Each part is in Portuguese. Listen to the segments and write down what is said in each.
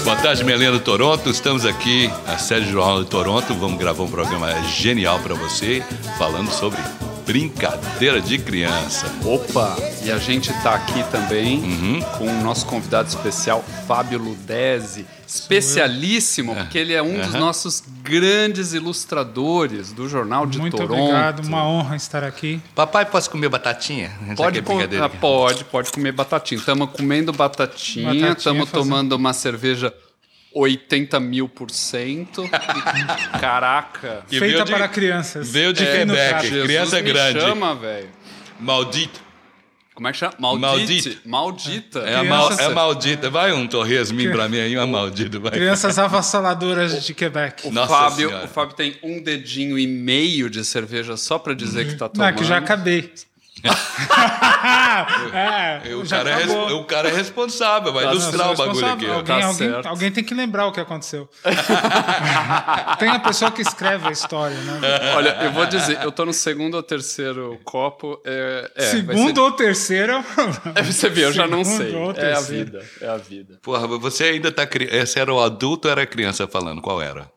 Boa tarde, Melena Toronto. Estamos aqui na sede do Jornal de Toronto. Vamos gravar um programa genial para você, falando sobre brincadeira de criança. Opa! E a gente está aqui também com o nosso convidado especial, Fábio Ludesi, especialíssimo, porque ele é um dos nossos grandes ilustradores do Jornal de Muito Toronto. Muito obrigado, uma honra estar aqui. Papai, posso comer batatinha? Pode comer batatinha. Estamos comendo batatinha, estamos tomando uma cerveja 80.000%. Caraca. Feita para crianças. Veio de Quebec, criança grande. Chama, velho. Maldito. Como é que chama? Maldita. É maldita. Vai um torresminho pra mim aí, uma maldita. Vai. Crianças avassaladoras de Quebec. O Fábio tem 1,5 dedinho de cerveja só pra dizer que tá tomando. Não, que já acabei. O cara é responsável, vai ilustrar o bagulho aqui. Alguém tem que lembrar o que aconteceu. Tem a pessoa que escreve a história, né? Olha, eu vou dizer, eu tô no segundo ou terceiro copo. Segundo ou terceiro? Você viu, eu já não sei. É a vida. Porra, você ainda tá criança. Esse era o adulto ou era a criança falando? Qual era?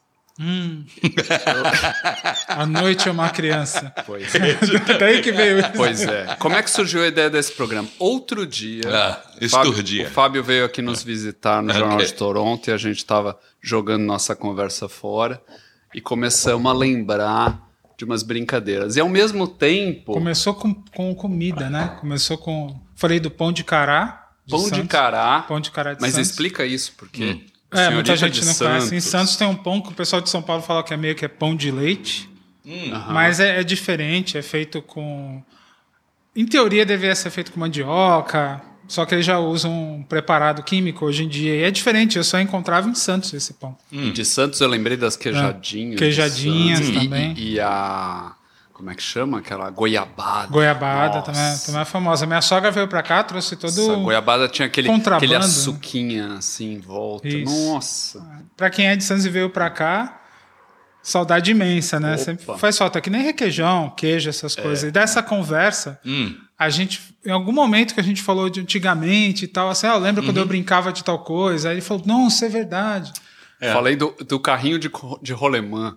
A noite é uma criança. Pois é. Daí que veio isso. Pois é. Como é que surgiu a ideia desse programa? Outro dia, o Fábio veio aqui nos visitar no Jornal de Toronto e a gente estava jogando nossa conversa fora e começamos a lembrar de umas brincadeiras. E ao mesmo tempo... Começou com comida, né? Começou com... Falei do pão de cará. Pão de cará de Santos. Explica isso, porque... muita gente não conhece. Em Santos tem um pão que o pessoal de São Paulo fala que é meio que é pão de leite. Mas é diferente, é feito com... Em teoria deveria ser feito com mandioca, só que eles já usam um preparado químico hoje em dia. E é diferente, eu só encontrava em Santos esse pão. De Santos eu lembrei das queijadinhas. Queijadinhas também. E a... Como é que chama? Aquela goiabada. Goiabada também é famosa. Minha sogra veio pra cá, trouxe todo a goiabada tinha aquele açuquinha assim em volta. Isso. Nossa. Pra quem é de Santos e veio pra cá, saudade imensa, né? Sempre faz falta. Que nem requeijão, queijo, essas coisas. E dessa conversa, a gente, em algum momento que a gente falou de antigamente e tal, assim, lembra quando eu brincava de tal coisa? Aí ele falou, nossa, é verdade. Falei do carrinho de rolemã.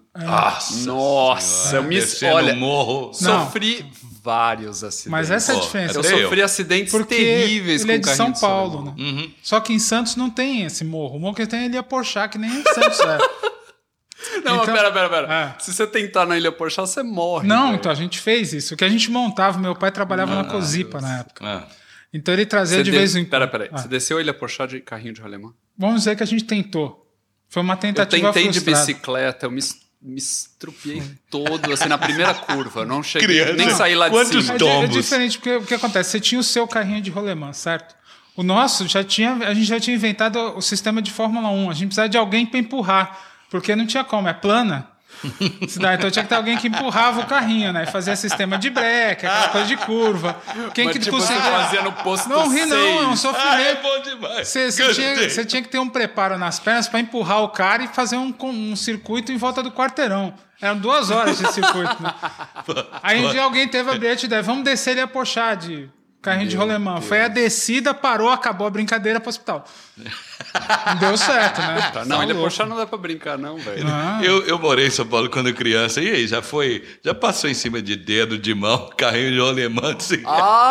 Nossa, eu no morro. Sofri vários acidentes. Mas essa é a diferença. Eu sofri acidentes terríveis ele com é de São de Paulo, né? Só que em Santos não tem esse morro. O morro que tem é Ilha Porchá, que nem em Santos é. Não, então, pera. Se você tentar na Ilha Porchá, você morre. Não, então a gente fez isso. O que a gente montava, meu pai trabalhava na Cosipa na época. Então ele trazia de vez em quando. Pera. Você desceu a Ilha Porchá de carrinho de rolemã? Vamos dizer que a gente tentou. Foi uma tentativa frustrada. Eu tentei de bicicleta, eu me estrupiei todo, assim, na primeira curva. Não cheguei, nem saí lá de cima. É diferente, porque o que acontece? Você tinha o seu carrinho de rolemã, certo? O nosso, a gente já tinha inventado o sistema de Fórmula 1. A gente precisava de alguém para empurrar, porque não tinha como, é plana. Então tinha que ter alguém que empurrava o carrinho, né? Fazia sistema de breque, aquela coisa de curva. Quem mas que tipo, conseguia... você fazia no posto não ri não, é um sofrimento. É bom demais. Você tinha que ter um preparo nas pernas para empurrar o cara e fazer um circuito em volta do quarteirão. Eram 2 horas de circuito, né? Aí um dia alguém teve a brilhante ideia, vamos descer ele a Porchá de carrinho de rolemã. Foi a descida, parou, acabou a brincadeira pro hospital. Não deu certo, né? Não, Ilha Porchá não dá pra brincar não, velho. Eu morei em São Paulo quando criança. E aí, já passou em cima de dedo, de mão, carrinho de rolemã? Assim.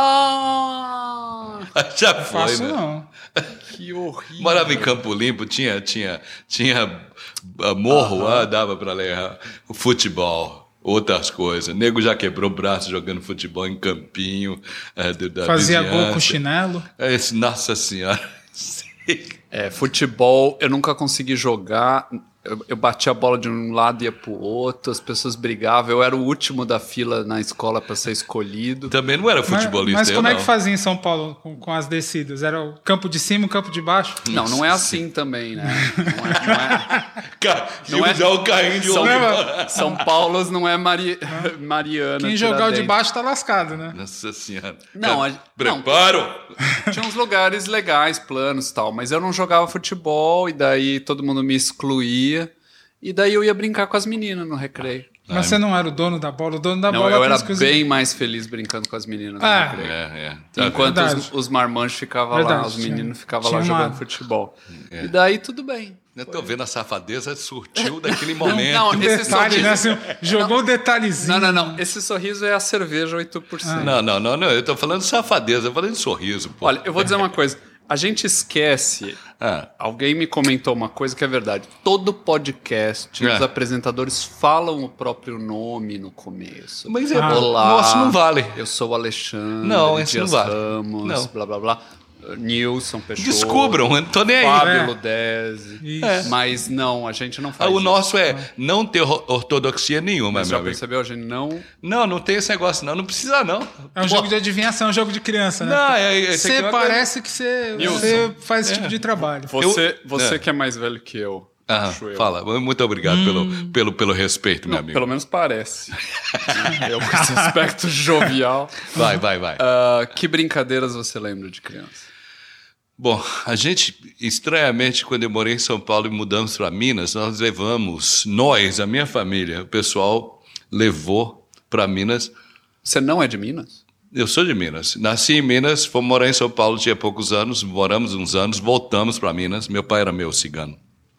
Já foi, faço, né? Não. Que horrível. Morava em Campo Limpo, tinha morro, dava pra ler futebol. Outras coisas. Nego já quebrou o braço jogando futebol em campinho. Fazia gol com chinelo. Nossa Senhora. Futebol, eu nunca consegui jogar. Eu batia a bola de um lado e ia pro outro, as pessoas brigavam. Eu era o último da fila na escola para ser escolhido. Também não era futebolista. Mas como é que fazia em São Paulo com as descidas? Era o campo de cima e o campo de baixo? Não é assim também, né? Não é o carrinho de São Paulo não é Mariana. Quem jogar o de baixo tá lascado, né? Nossa Senhora. Preparo! Tinha uns lugares legais, planos e tal, mas eu não jogava futebol e daí todo mundo me excluía. E daí eu ia brincar com as meninas no recreio. Mas você não era o dono da bola? O dono da bola... Não, eu era bem mais feliz brincando com as meninas. Enquanto os marmanjos ficavam lá, os meninos ficavam lá jogando futebol. E daí tudo bem. Eu tô vendo a safadeza surgiu daquele momento. Não, esse detalhe, sorriso... né? Assim, jogou o detalhezinho. Não. Esse sorriso é a cerveja 8%. Não. Eu tô falando de safadeza, eu tô falando de sorriso. Pô. Olha, eu vou dizer uma coisa. A gente esquece... Alguém me comentou uma coisa que é verdade. Todo podcast, os apresentadores falam o próprio nome no começo. Mas olá, nossa, não vale. Eu sou o Alexandre. Não, isso não vale. Ramos, blá, blá, blá. Nilson Peixoto. Descubram, não tô nem aí. Fábio Ludesi. Mas não, a gente não faz isso. O nosso é não ter ortodoxia nenhuma, meu amigo. Já percebeu? A gente não... Não tem esse negócio, não precisa, não. É um jogo de adivinhação, é um jogo de criança, né? Não, você parece que você faz esse tipo de trabalho. Você que é mais velho que eu. Fala, muito obrigado pelo respeito, meu amigo. Pelo menos parece. Eu com esse aspecto jovial. Vai. Que brincadeiras você lembra de criança? Bom, a gente, estranhamente, quando eu morei em São Paulo e mudamos para Minas, a minha família, o pessoal levou para Minas. Você não é de Minas? Eu sou de Minas. Nasci em Minas, fomos morar em São Paulo, tinha poucos anos, moramos uns anos, voltamos para Minas. Meu pai era meu cigano.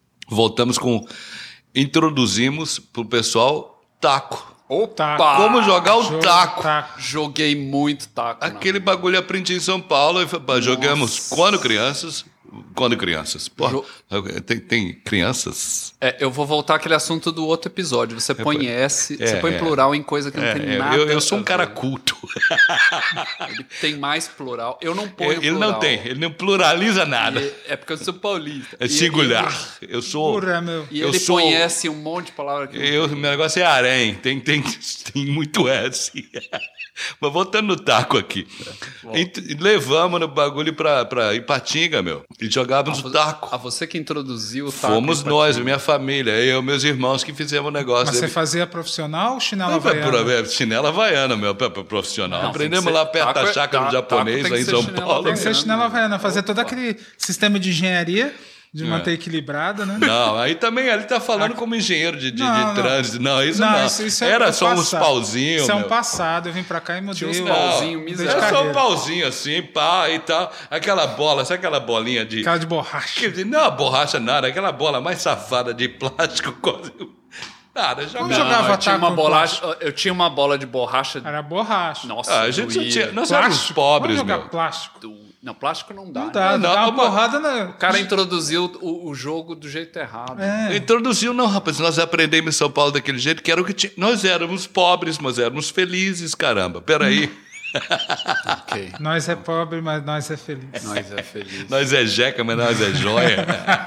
Introduzimos pro pessoal taco. Opa! Como jogar o taco. Joguei muito taco. Aquele bagulho eu aprendi em São Paulo. Jogamos quando crianças. Pô, tem crianças? Eu vou voltar àquele assunto do outro episódio. Você põe você põe plural em coisa que não tem nada. Eu sou um cara culto. Ele tem mais plural. Eu não ponho ele plural. Não tem, ele não pluraliza nada. É porque eu sou paulista. É singular. Eu sou. E ele conhece um monte de palavras que meu negócio é harém. Tem muito S. Mas voltando no taco aqui. Levamos no bagulho pra Ipatinga, meu. E jogávamos o taco. Você que introduziu o taco. Fomos nós, minha família, eu e meus irmãos que fizemos o negócio. Mas você fazia profissional ou chinela havaiana? Chinela havaiana, meu, profissional. Aprendemos lá perto da chácara do japonês, aí em São Paulo. Tem que ser chinela havaiana, fazer todo aquele sistema de engenharia. De manter equilibrada, né? Não, aí também ele tá falando como engenheiro de trânsito. Não, isso não. Isso era só uns pauzinhos. Isso é um passado. Eu vim pra cá e mudei. Tinha uns pauzinhos miseráveis. Era só um pauzinho assim, pá e tal. Aquela bola, sabe aquela bolinha de... Aquela de borracha. Não, borracha nada. Aquela bola mais safada de plástico. Nada, jogava eu tinha uma bola de borracha. Era borracha. Nossa, a gente nós éramos pobres, meu. Jogar plástico. Não, plástico não dá. Não dá, dá uma porrada na... O cara introduziu o jogo do jeito errado. Introduziu, não, rapaz. Nós aprendemos em São Paulo daquele jeito, que era o que tinha. Nós éramos pobres, mas éramos felizes, caramba. Peraí. Okay. Nós é pobre, mas nós é feliz. Nós é feliz. Nós é jeca, mas nós é joia.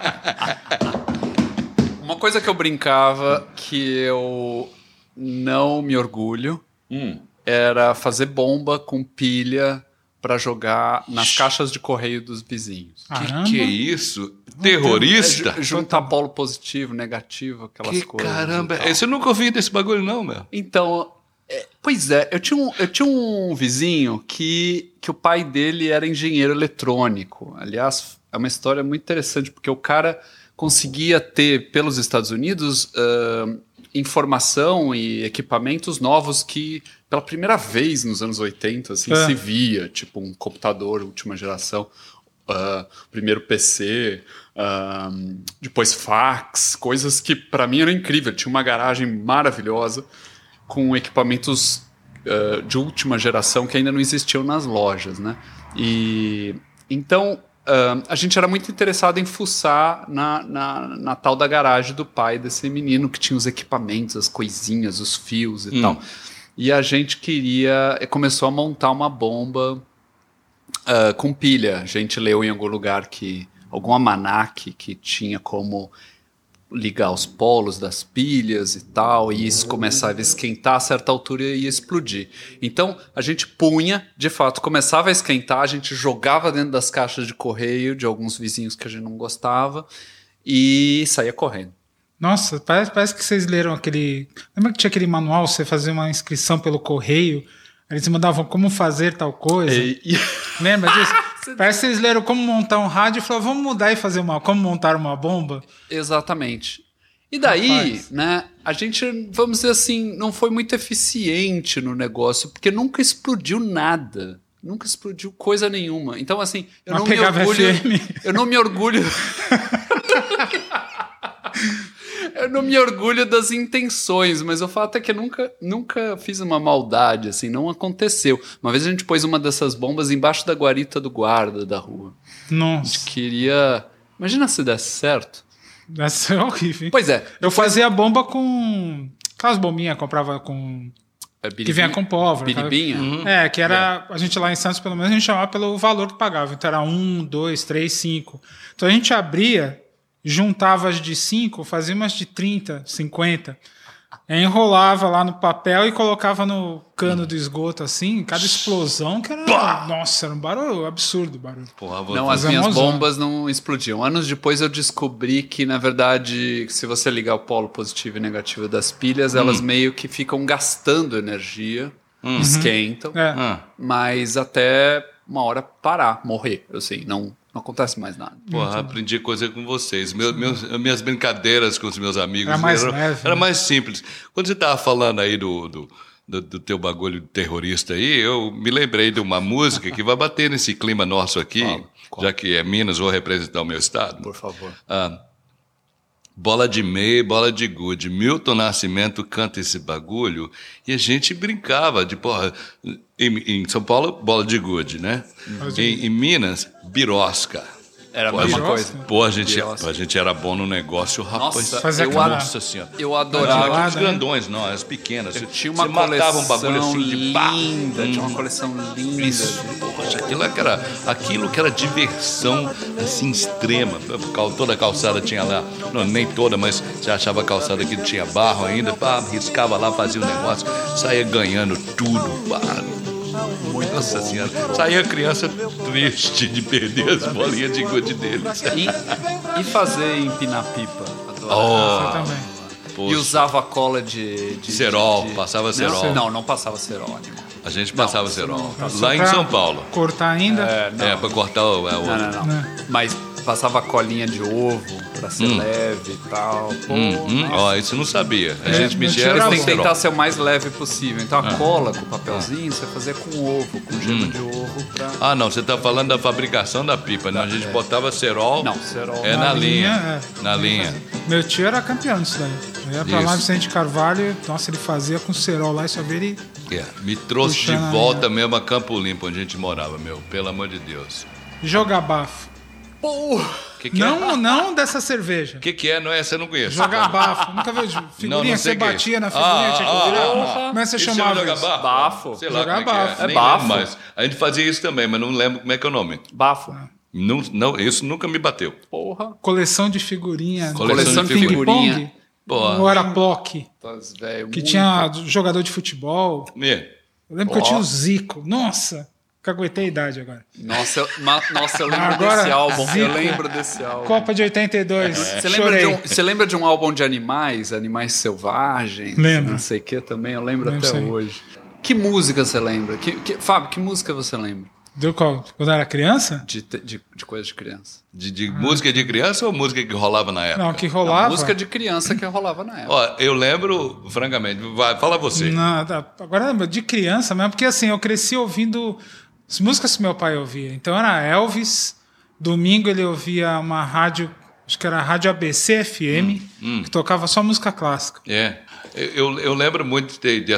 Uma coisa que eu brincava, que eu não me orgulho, era fazer bomba com pilha para jogar nas caixas de correio dos vizinhos. Que é isso? Terrorista? Juntar polo positivo, negativo, aquelas coisas. Caramba, esse eu nunca ouvi desse bagulho não, meu. Então, pois é, eu tinha um vizinho que o pai dele era engenheiro eletrônico. Aliás, é uma história muito interessante, porque o cara conseguia ter, pelos Estados Unidos, informação e equipamentos novos que, pela primeira vez nos anos 80, assim, se via, tipo um computador última geração, primeiro PC, depois fax, coisas que para mim eram incríveis. Tinha uma garagem maravilhosa com equipamentos de última geração que ainda não existiam nas lojas, né? E então a gente era muito interessado em fuçar na tal da garagem do pai desse menino, que tinha os equipamentos, as coisinhas, os fios e tal. E a gente começou a montar uma bomba com pilha. A gente leu em algum lugar algum almanaque que tinha como ligar os polos das pilhas e tal, e isso começava a esquentar, a certa altura ia explodir. Então, a gente punha, de fato, começava a esquentar, a gente jogava dentro das caixas de correio de alguns vizinhos que a gente não gostava e saía correndo. Nossa, parece que vocês leram aquele... Lembra que tinha aquele manual, você fazia uma inscrição pelo correio, eles mandavam como fazer tal coisa? Lembra disso? Parece que vocês leram como montar um rádio e falaram, vamos mudar e fazer como montar uma bomba. Exatamente. E daí, né, a gente, vamos dizer assim, não foi muito eficiente no negócio, porque nunca explodiu nada. Nunca explodiu coisa nenhuma. Então, assim, eu não me orgulho... Eu não me orgulho das intenções, mas o fato é que eu nunca fiz uma maldade, assim, não aconteceu. Uma vez a gente pôs uma dessas bombas embaixo da guarita do guarda da rua. Nossa. A gente queria... Imagina se desse certo. Deve ser horrível, hein? Pois é. Eu fazia bomba com... Aquelas bombinhas, comprava com... que vinha com pólvora. Biribinha? Que era... A gente lá em Santos, pelo menos, a gente chamava pelo valor que pagava. Então era 1, 2, 3, 5. Então a gente abria... juntava as de 5, fazia umas de 30, 50, enrolava lá no papel e colocava no cano do esgoto, assim, cada explosão que era... Nossa, era um barulho absurdo. Porra, não, as minhas bombas não explodiam. Anos depois eu descobri que, na verdade, se você ligar o polo positivo e negativo das pilhas, elas meio que ficam gastando energia, esquentam, mas até uma hora parar, morrer, assim, não acontece mais nada. Porra, aprendi coisa com vocês. Minhas brincadeiras com os meus amigos era mais simples. Quando você estava falando aí do teu bagulho terrorista aí, eu me lembrei de uma música que vai bater nesse clima nosso aqui, já que é Minas, vou representar o meu estado. Por favor. Bola de meia, bola de gude. Milton Nascimento canta esse bagulho e a gente brincava de, porra, em São Paulo, bola de gude, né? Em Minas, birosca. Era a mesma coisa. Pô, a gente era bom no negócio, rapaz. Nossa senhora. Eu adorava. Não os grandões, não, as pequenas. Eu tinha uma coleção um bagulho assim de linda, tinha uma coleção linda. Isso, poxa, aquilo que era diversão, assim, extrema. Toda a calçada tinha lá, não, nem toda, mas você achava a calçada que tinha barro ainda, riscava lá, fazia um negócio, saía ganhando tudo, Nossa senhora, saía a criança triste de perder as bolinhas de gude deles. E fazer empinar pipa. Você também. Poxa. E usava cola de cerol, passava cerol. Não passava cerol, animal. A gente passava cerol. Lá em São Paulo. Cortar ainda? Pra cortar o ovo. Não. Mas passava colinha de ovo pra ser leve e tal. Isso eu não sabia. A gente mexia. Você tem que tentar ser o mais leve possível. Então a cola com o papelzinho você fazia com ovo, com gema de ovo. Não, você tá falando da fabricação da pipa, né? A gente botava cerol. Não, cerol. Na linha. Na linha. Meu tio era campeão disso daí. Eu ia pra lá, Vicente Carvalho, nossa, ele fazia com cerol lá e só via ele... Me trouxe de volta mesmo a Campo Limpo, onde a gente morava, pelo amor de Deus. Jogar bafo. Que não dessa cerveja. O que é? Não é essa eu não conheço. Jogar bafo. Nunca viu figurinha? Você batia na figurinha, tinha que virar. Como é que você chamava isso? Bafo. Sei lá jogar como bafo. É bafo. Mas a gente fazia isso também, mas não lembro como é que é o nome. Bafo. Não, isso nunca me bateu. Porra. Coleção de figurinha. Coleção de figurinha. Ou era Plock? Que tinha jogador de futebol. Eu lembro que eu tinha o Zico. Nossa, caguetei a idade agora. Nossa, eu lembro desse álbum. Zico, eu lembro desse álbum. Copa de 82. Você lembra de um álbum de animais selvagens? Lembro. Não sei o que também, eu lembro até hoje. Que música você lembra? Fábio, que música você lembra? Do qual? Quando era criança? De coisa de criança. De música de criança ou música que rolava na época? Não, que rolava. Música de criança que rolava na época. Eu lembro, francamente, fala você. Agora de criança mesmo, porque assim, eu cresci ouvindo as músicas que meu pai ouvia. Então era Elvis, domingo ele ouvia uma rádio, acho que era a Rádio ABC FM, que tocava só música clássica. Eu lembro muito de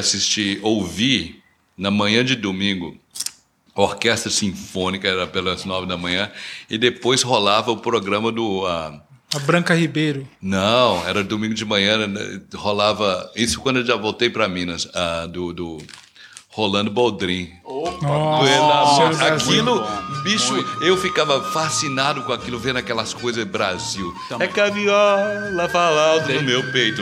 ouvir na manhã de domingo, Orquestra Sinfônica, era pelas 9 da manhã, e depois rolava o programa do... A Branca Ribeiro. Não, era domingo de manhã, rolava... Isso quando eu já voltei para Minas, do Rolando Boldrin. Aquilo, bicho, eu ficava fascinado com aquilo, vendo aquelas coisas Brasil. É que a viola fala alto no meu peito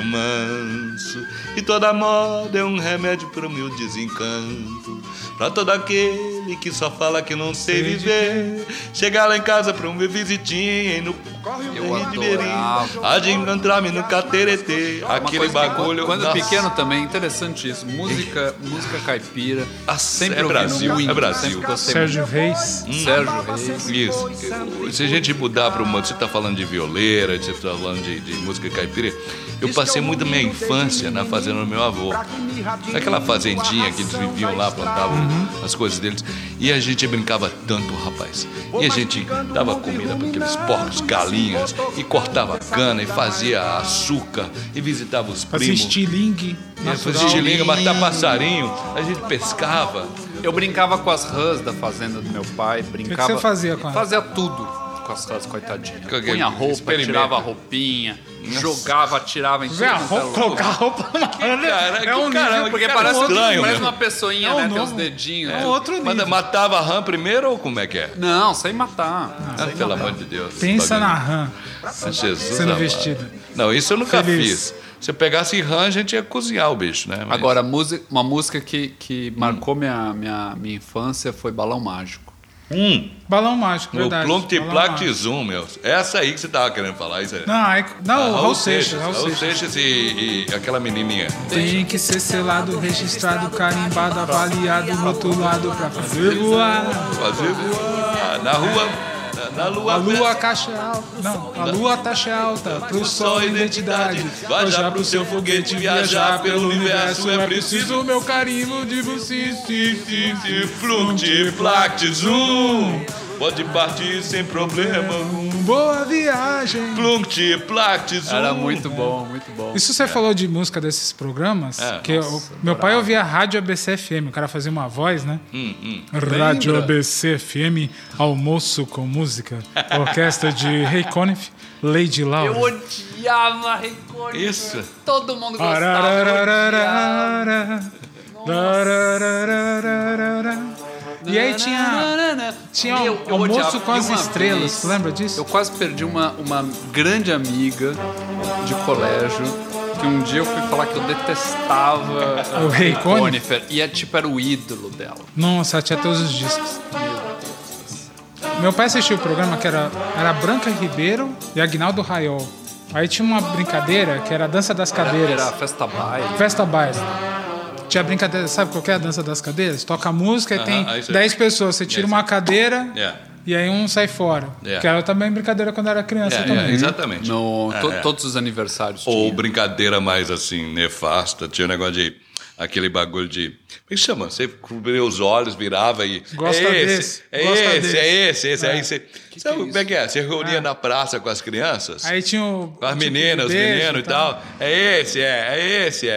manso, e toda moda é um remédio pro meu desencanto, pra todo aquele aquele que só fala que não sei viver. Chegar lá em casa pra uma visitinha e no eu de Berim, há de encontrar-me no Cateretê. Aquele bagulho. Quando pequeno também, interessante isso. Música caipira. Sempre Brasil, muito, é Brasil. Sérgio Reis. Sérgio Reis. Isso. Se a gente mudar para uma... Você tá falando de violeira, você tá falando de música caipira. Eu passei muito a minha infância na fazenda do meu avô. Aquela fazendinha que eles viviam lá, plantavam as coisas deles. E a gente brincava tanto, rapaz. E a gente dava comida para aqueles porcos, galinhas, e cortava cana, e fazia açúcar, e visitava os primos. Fazia estilingue. Fazia estilingue, matar passarinho. A gente pescava. Eu brincava com as rãs da fazenda do meu pai. Brincava. O que você fazia com ela? Fazia tudo com as rãs, coitadinha. Punha roupa, tirava a roupinha, jogava, atirava em cima. Colocar roupa na é um nível, porque parece estranho, parece uma pessoina, né? Tem os dedinhos. É outro nível. Mas matava a rã primeiro ou como é que é? Não, sem matar. Pelo amor de Deus. Pensa na rã. Jesus sendo vestida. Não, isso eu nunca fiz. Se eu pegasse rã, a gente ia cozinhar o bicho, né? Mas... Agora, uma música que marcou minha infância foi Balão Mágico. Balão Mágico, verdade. O Plump Plact Zoom, meu. Essa aí que você tava querendo falar, isso aí. Não, o Raul Seixas. Raul Seixas e aquela menininha. Tem que ser selado, registrado, carimbado, avaliado, rotulado pra fazer voar. Fazer voar. Na rua... Na lua, a lua caixa alta. Não, a lua taxa alta. Pro sol identidade. Viajar pro seu foguete, viajar pelo universo. É preciso meu carimbo de você. Plump Plact Zoom. Pode partir sem problema. Boa viagem. Plump Plact Zoom. Era muito bom, muito bom. Isso você falou de música desses programas? Que meu pai ouvia Rádio ABC FM. O cara fazia uma voz, né? Rádio ABC FM, almoço com música. Orquestra de Ray Conniff, Lady Laura. Eu odiava Ray Conniff. Isso. Todo mundo gostava. E aí tinha almoço com as estrelas, você lembra disso? Eu quase perdi uma grande amiga de colégio, que um dia eu fui falar que eu detestava o Ray Conniff. E era o ídolo dela. Nossa, tinha todos os discos. Meu pai assistiu o programa que era Branca Ribeiro e Aguinaldo Raiol. Aí tinha uma brincadeira que era a dança das cadeiras. Era Festa Baile. Festa Baile. Tinha brincadeira, sabe qual que é a dança das cadeiras? Toca música e tem 10 pessoas. Você tira uma cadeira e aí um sai fora. Que era também brincadeira quando era criança também. Exatamente. Todos os aniversários. Ou brincadeira mais assim, nefasta. Tinha um negócio de... Aquele bagulho de... Como é que chama? Você cobria os olhos, virava e... Gosta desse. É esse. Aí você... Sabe como é que é? Você reunia na praça com as crianças? Aí tinha com as meninas, os meninos e tal. É esse.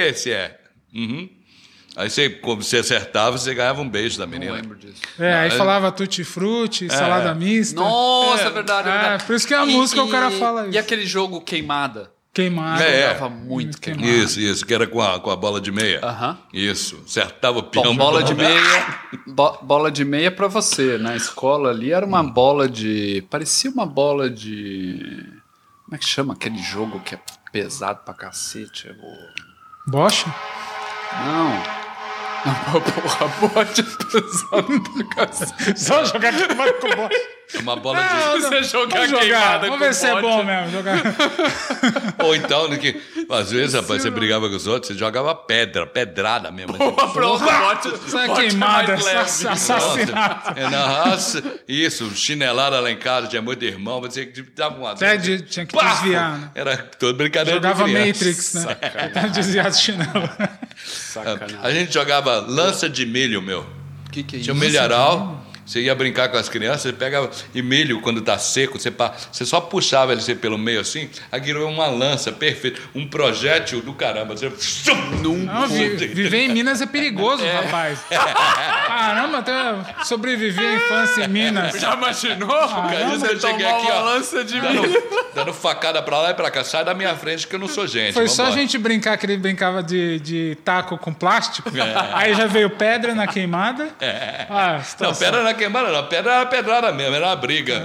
Aí você acertava, você ganhava um beijo da menina. Não lembro disso. Aí falava tutti-frutti, salada mista. Nossa, é verdade. Por isso que a música o cara fala isso. E aquele jogo Queimada? Queimada. Jogava muito queimada. Isso, que era com a bola de meia. Isso, acertava o peão. Bola de meia. Bola de meia pra você. Na escola ali era uma bola de... Parecia uma bola de... Como é que chama aquele jogo que é pesado pra cacete? Bocha? Não. Porra, bote pesado pra cacete. Só jogar queimada com bocha. Uma bola de... Você jogar queimada com vamos ver se é bom mesmo. Ou então, que às vezes, rapaz, você brigava com os outros, você jogava pedrada mesmo. Pronto, bote. Essa queimada, assassinato. Nossa, isso, chinelada lá em casa, tinha muito irmão, você dava uma... Tinha que desviar, né? Era toda brincadeira. Jogava Matrix, né? Desviar do chinelo. Sacanagem. A gente jogava lança de milho, meu. Que é isso? Tinha um milharal. Você ia brincar com as crianças, você pegava e milho, quando tá seco, você só puxava ele pelo meio assim, aquilo é uma lança perfeita, um projétil do caramba. Você... Viver em Minas é perigoso, rapaz. Caramba, até sobreviver à infância em Minas. Já imaginou? Eu cheguei aqui, uma lança de milho. Dando facada pra lá e pra cá. Sai da minha frente que eu não sou gente. Foi só a gente brincar, que ele brincava de taco com plástico. Aí já veio pedra na queimada. Não, pedra na queimada não, pedra era pedrada mesmo, era uma briga.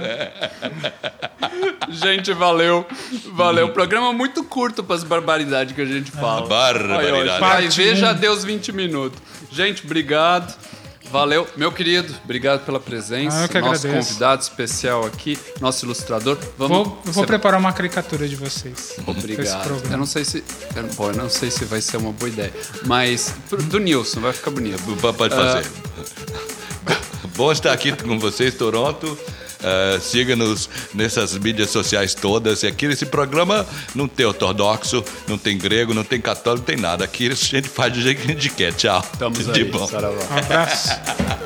Gente, valeu. Programa muito curto para as barbaridades que a gente fala. Barbaridade. Vai ver, já deu os 20 minutos. Gente, obrigado. Valeu, meu querido. Obrigado pela presença. Eu que nosso agradeço. Convidado especial aqui, nosso ilustrador. Eu vou preparar uma caricatura de vocês. Obrigado. Eu não sei se vai ser uma boa ideia, mas do Nilson vai ficar bonito. Pode fazer. Bom estar aqui com vocês, Toronto. Siga-nos nessas mídias sociais todas. E aqui nesse programa não tem ortodoxo, não tem grego, não tem católico, não tem nada. Aqui a gente faz do jeito que a gente quer. Tchau. Estamos de aí. bom. Um abraço.